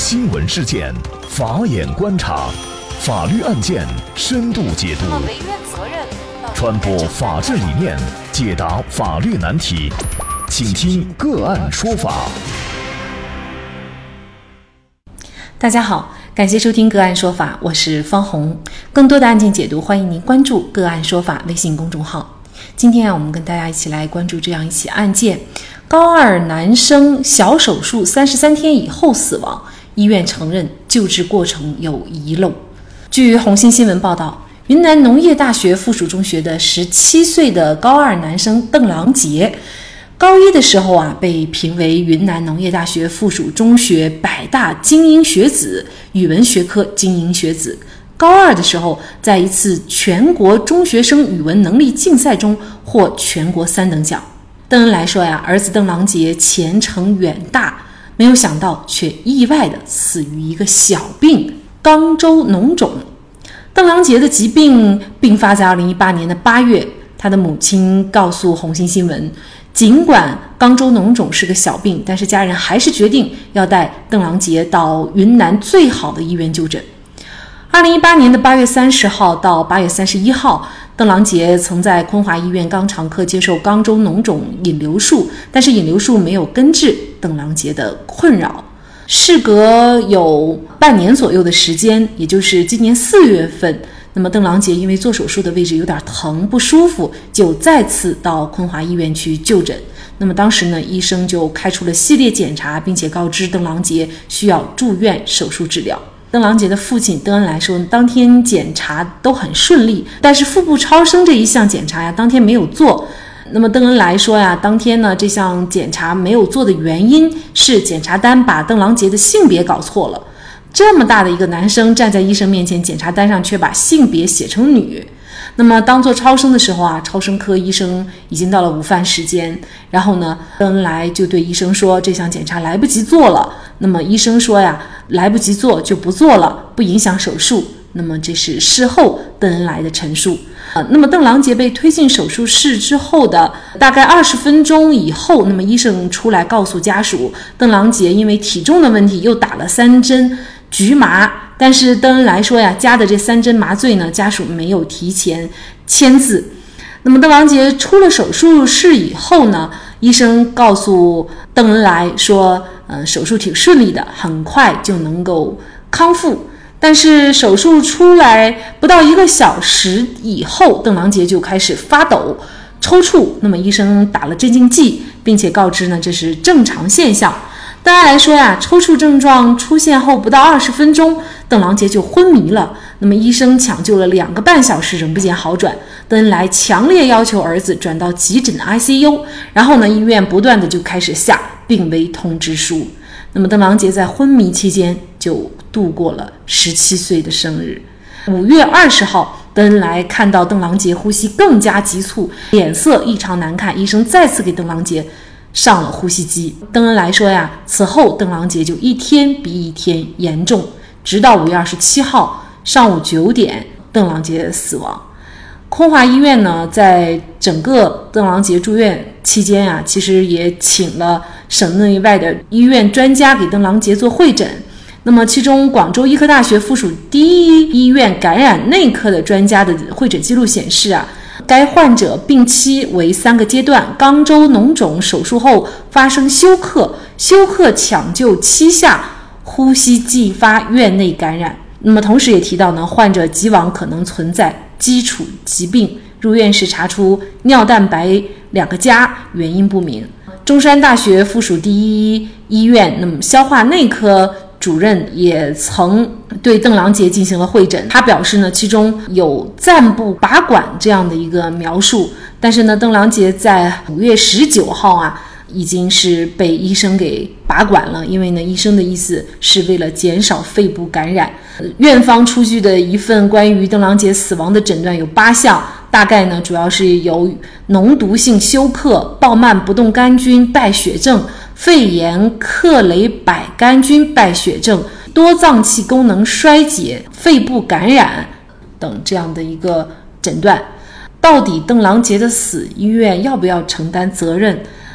新闻事件，法眼观察，法律案件深度解读，传播法治理念，解答法律难题，请听个案说法。 大家好，感谢收听个案说法，我是方红。更多的案件解读，欢迎您关注个案说法微信公众号。今天我们跟大家一起来关注这样一起案件：高二男生小手术33天以后死亡，医院承认救治过程有遗漏。据红星新闻报道，云南农业大学附属中学的17岁的高二男生邓郎杰，高一的时候被评为云南农业大学附属中学100大精英学子，语文学科精英学子。高二的时候，在一次全国中学生语文能力竞赛中获全国3等奖。邓恩来说儿子邓郎杰前程远大，没有想到却意外的死于一个小病——肛周脓肿。邓郎杰的疾病并发在2018年的8月，他的母亲告诉红星新闻，尽管肛周脓肿是个小病，但是家人还是决定要带邓郎杰到云南最好的医院就诊。2018年的8月30号到8月31号，邓郎杰曾在昆华医院肛肠科接受肛周脓肿引流术，但是引流术没有根治邓郎杰的困扰。事隔有半年左右的时间，也就是今年4月份，那么邓郎杰因为做手术的位置有点疼不舒服，就再次到昆华医院去就诊。那么当时呢，医生就开出了系列检查，并且告知邓郎杰需要住院手术治疗。邓郎杰的父亲邓恩来说，当天检查都很顺利，但是腹部超声这一项检查当天没有做。那么邓恩来说当天呢这项检查没有做的原因是检查单把邓郎杰的性别搞错了。这么大的一个男生站在医生面前，检查单上却把性别写成女。那么当做超声的时候超声科医生已经到了午饭时间，然后呢邓恩来就对医生说，这项检查来不及做了。那么医生说来不及做就不做了，不影响手术。那么这是事后邓恩来的陈述。那么邓郎杰被推进手术室之后的大概20分钟以后，那么医生出来告诉家属，邓郎杰因为体重的问题又打了3针局麻，但是邓恩来说加的这3针麻醉呢，家属没有提前签字。那么邓郎杰出了手术室以后呢，医生告诉邓恩来说，手术挺顺利的，很快就能够康复。但是手术出来不到1个小时以后，邓郎杰就开始发抖抽搐。那么医生打了镇静剂，并且告知呢这是正常现象。当然来说抽搐症状出现后不到20分钟，邓郎杰就昏迷了。那么医生抢救了2个半小时，仍不见好转。邓恩来强烈要求儿子转到急诊 ICU， 然后呢医院不断的就开始下病危通知书。那么邓郎杰在昏迷期间就度过了17岁的生日。5月20号，邓恩来看到邓郎杰呼吸更加急促，脸色异常难看，医生再次给邓郎杰上了呼吸机。邓恩来说此后邓郎杰就一天比一天严重，直到5月27号上午9点，邓郎杰死亡。昆华医院呢，在整个邓郎杰住院期间其实也请了省内外的医院专家给邓郎杰做会诊。那么其中广州医科大学附属第一医院感染内科的专家的会诊记录显示该患者病期为3个阶段，肛周脓肿手术后发生休克抢救期下呼吸继发院内感染。那么同时也提到患者既往可能存在基础疾病，入院时查出尿蛋白2个加，原因不明。中山大学附属第一医院那么消化内科主任也曾对邓郎杰进行了会诊，他表示呢，其中有暂不拔管这样的一个描述，但是呢，邓郎杰在5月19号已经是被医生给拔管了，因为呢，医生的意思是为了减少肺部感染。院方出具的一份关于邓郎杰死亡的诊断有8项，大概呢主要是由脓毒性休克、鲍曼不动杆菌败血症、肺炎克雷百杆菌败血症、多脏器功能衰竭、肺部感染等这样的一个诊断。到底邓郎杰的死，医院要不要承担责任？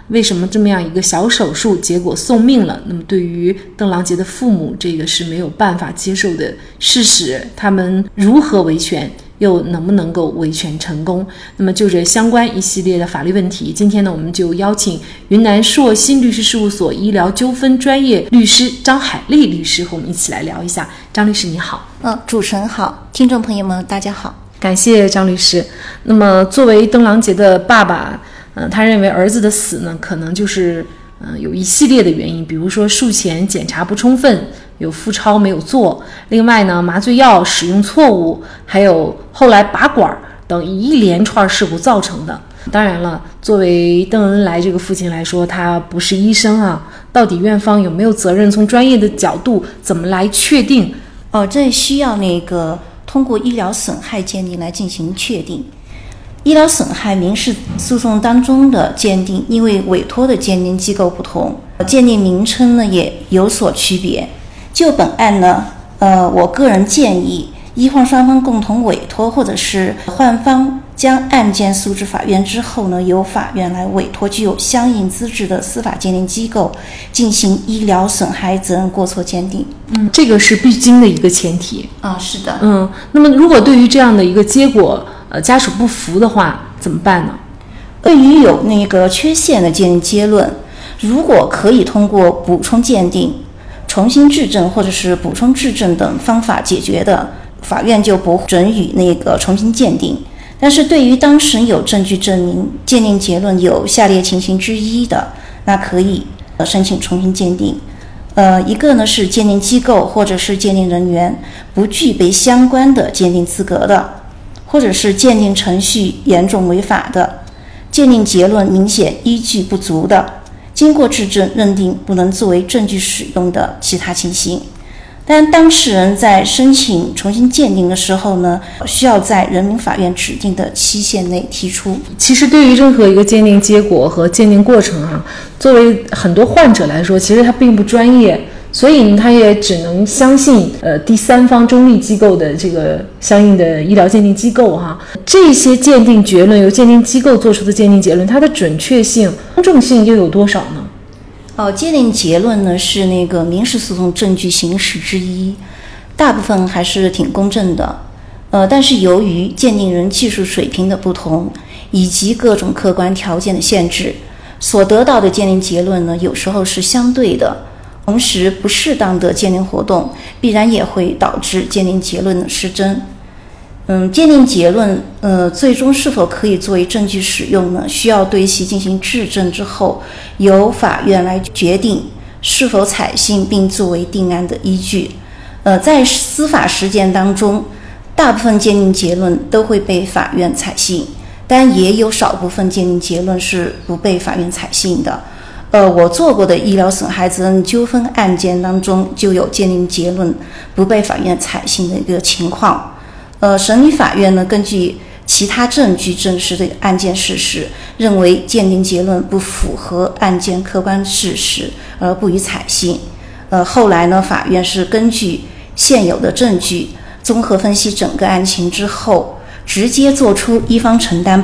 为什么这么样一个小手术结果送命了？那么对于邓郎杰的父母，这个是没有办法接受的事实，他们如何维权？又能不能够维权成功？那么就这相关一系列的法律问题，今天呢，我们就邀请云南硕鑫律师事务所医疗纠纷专业律师张海丽律师和我们一起来聊一下。张律师你好。 主持人好，听众朋友们大家好。 感谢张律师。那么作为邓郎杰的爸爸，他认为儿子的死呢，可能就是有一系列的原因，比如说术前检查不充分，有腹超没有做，另外呢麻醉药使用错误，还有后来拔管等一连串事故造成的。当然了，作为邓恩来这个父亲来说，他不是医生啊，到底院方有没有责任？从专业的角度怎么来确定？ 这需要通过医疗损害鉴定来进行确定。医疗损害民事诉讼当中的鉴定，因为委托的鉴定机构不同，鉴定名称呢也有所区别。就本案呢，我个人建议，医患双方共同委托，或者是患方将案件诉至法院之后呢，由法院来委托具有相应资质的司法鉴定机构进行医疗损害责任过错鉴定。 这个是必经的一个前提啊，是的。 那么如果对于这样的一个结果，家属不服的话，怎么办呢？ 对于有缺陷的鉴定结论，如果可以通过补充鉴定、重新质证或者是补充质证等方法解决的，法院就不准予重新鉴定。但是对于当事人有证据证明鉴定结论有下列情形之一的，那可以申请重新鉴定。一个呢是鉴定机构或者是鉴定人员不具备相关的鉴定资格的，或者是鉴定程序严重违法的，鉴定结论明显依据不足的，经过质证认定不能作为证据使用的其他情形。但当事人在申请重新鉴定的时候呢，需要在人民法院指定的期限内提出。 其实对于任何一个鉴定结果和鉴定过程作为很多患者来说，其实他并不专业，所以他也只能相信第三方中立机构的这个相应的医疗鉴定机构这些鉴定结论由鉴定机构做出的鉴定结论，它的准确性、公正性又有多少呢？ 鉴定结论呢是民事诉讼证据形式之一，大部分还是挺公正的。但是由于鉴定人技术水平的不同，以及各种客观条件的限制，所得到的鉴定结论呢有时候是相对的。同时，不适当的鉴定活动必然也会导致鉴定结论的失真。鉴定结论最终是否可以作为证据使用呢？需要对其进行质证之后，由法院来决定是否采信并作为定案的依据。在司法实践当中，大部分鉴定结论都会被法院采信，但也有少部分鉴定结论是不被法院采信的。我做过的医疗损害责任纠纷案件当中，就有鉴定结论不被法院采信的一个情况。审理法院呢，根据其他证据证实的案件事实，认为鉴定结论不符合案件客观事实，而不予采信。后来呢，法院是根据现有的证据，综合分析整个案情之后，直接做出一方承担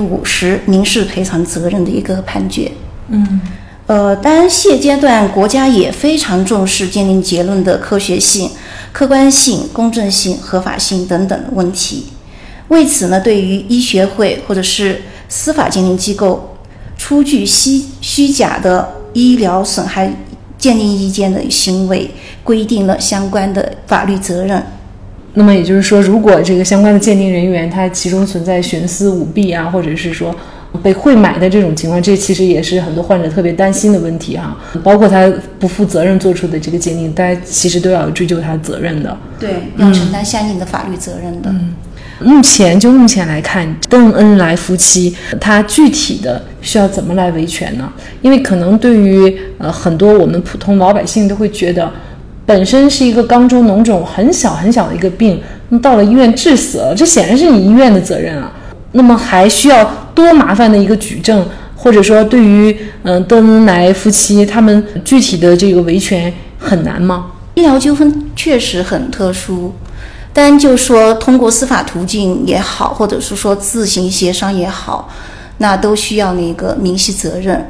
50%民事赔偿责任的一个判决。当然现阶段国家也非常重视鉴定结论的科学性、客观性、公正性、合法性等等的问题。为此呢，对于医学会或者是司法鉴定机构出具虚假的医疗损害鉴定意见的行为，规定了相关的法律责任。 那么也就是说，如果这个相关的鉴定人员他其中存在徇私舞弊或者是说被贿买的这种情况，这其实也是很多患者特别担心的问题包括他不负责任做出的这个鉴定，大家其实都要追究他的责任的。 对，要承担相应的法律责任的。 目前来看，邓恩来夫妻他具体的需要怎么来维权呢？因为可能对于很多我们普通老百姓都会觉得，本身是一个肛周脓肿很小很小的一个病，到了医院致死了，这显然是你医院的责任那么还需要多麻烦的一个举证，或者说对于邓恩来夫妻他们具体的这个维权很难吗？ 医疗纠纷确实很特殊，但就说通过司法途径也好，或者是说自行协商也好，那都需要民事责任。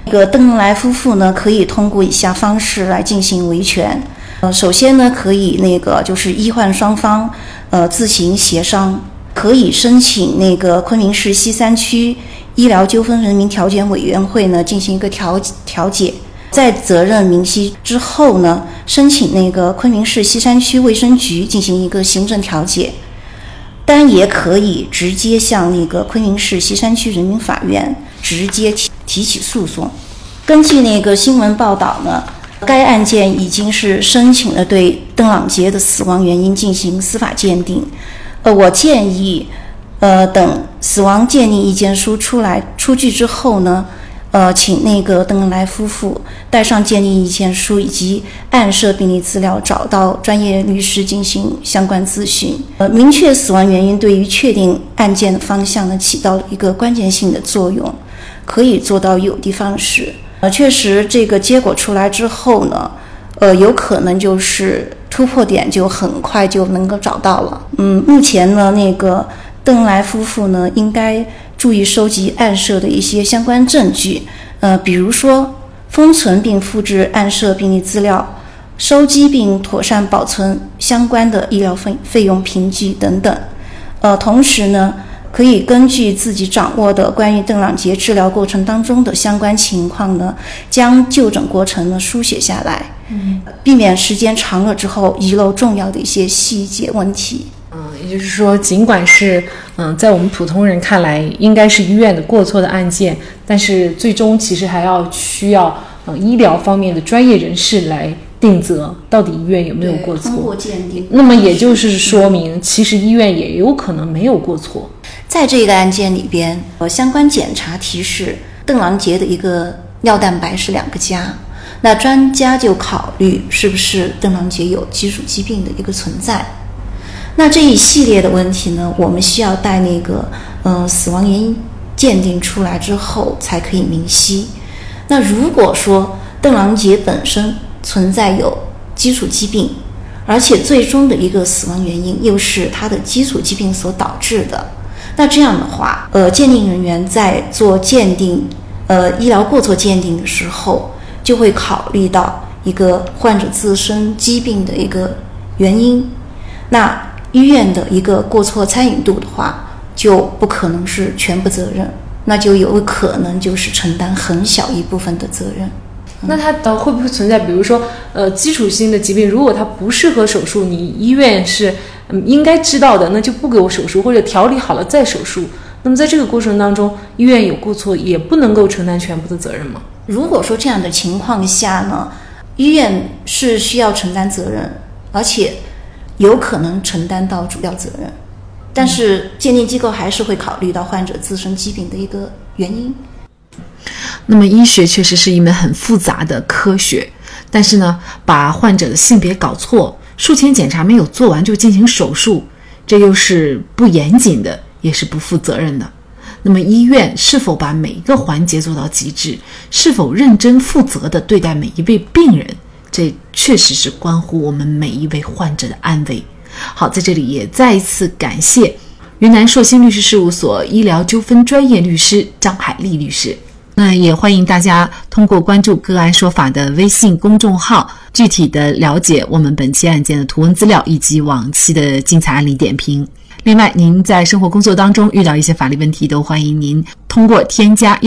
这个邓恩来夫妇呢，可以通过以下方式来进行维权。首先呢，可以就是医患双方自行协商，可以申请昆明市西三区医疗纠纷人民调解委员会呢进行一个调解。在责任明晰之后呢，申请昆明市西三区卫生局进行一个行政调解。当然也可以直接向昆明市西三区人民法院直接提起诉讼。根据新闻报道呢，该案件已经是申请了对邓朗杰的死亡原因进行司法鉴定。我建议等死亡鉴定意见书出具之后呢，请邓恩来夫妇带上鉴定意见书以及案涉病例资料，找到专业律师进行相关咨询。明确死亡原因对于确定案件的方向呢，起到了一个关键性的作用，可以做到有的放矢。确实这个结果出来之后呢，有可能就是突破点就很快就能够找到了。目前呢，邓恩来夫妇呢应该注意收集案涉的一些相关证据，比如说封存并复制案涉病例资料，收集并妥善保存相关的医疗费用凭据等等。同时呢，可以根据自己掌握的关于邓朗杰治疗过程当中的相关情况呢，将就诊过程呢书写下来，避免时间长了之后遗漏重要的一些细节问题。 也就是说，尽管是在我们普通人看来应该是医院的过错的案件，但是最终其实还需要医疗方面的专业人士来定责，到底医院有没有过错。 通过鉴定。 那么也就是说明，其实医院也有可能没有过错。 在这个案件里边，相关检查提示邓朗杰的一个尿蛋白是2个加，那专家就考虑是不是邓朗杰有基础疾病的一个存在。那这一系列的问题呢，我们需要待死亡原因鉴定出来之后才可以明晰。那如果说邓朗杰本身存在有基础疾病，而且最终的一个死亡原因又是他的基础疾病所导致的，那这样的话，鉴定人员在做鉴定医疗过错鉴定的时候，就会考虑到一个患者自身疾病的一个原因。那医院的一个过错参与度的话，就不可能是全部责任，那就有可能就是承担很小一部分的责任。 那它会不会存在，比如说基础性的疾病，如果它不适合手术，你医院是应该知道的，那就不给我手术，或者调理好了再手术。那么在这个过程当中，医院有过错也不能够承担全部的责任吗？ 如果说这样的情况下呢，医院是需要承担责任，而且有可能承担到主要责任，但是鉴定机构还是会考虑到患者自身疾病的一个原因。 那么医学确实是一门很复杂的科学，但是呢，把患者的性别搞错，术前检查没有做完就进行手术，这又是不严谨的，也是不负责任的。那么医院是否把每一个环节做到极致，是否认真负责地对待每一位病人，这确实是关乎我们每一位患者的安危。好，在这里也再一次感谢云南硕鑫律师事务所医疗纠纷专业律师张海丽律师。那也欢迎大家通过关注个案说法的微信公众号，具体的了解我们本期案件的图文资料以及往期的精彩案例点评。另外，您在生活工作当中遇到一些法律问题，都欢迎您通过添加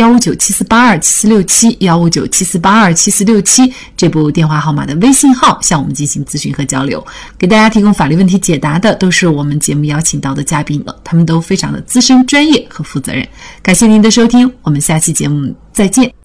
15974827467 15974827467这部电话号码的微信号向我们进行咨询和交流。给大家提供法律问题解答的都是我们节目邀请到的嘉宾了，他们都非常的资深、专业和负责任。感谢您的收听，我们下期节目再见。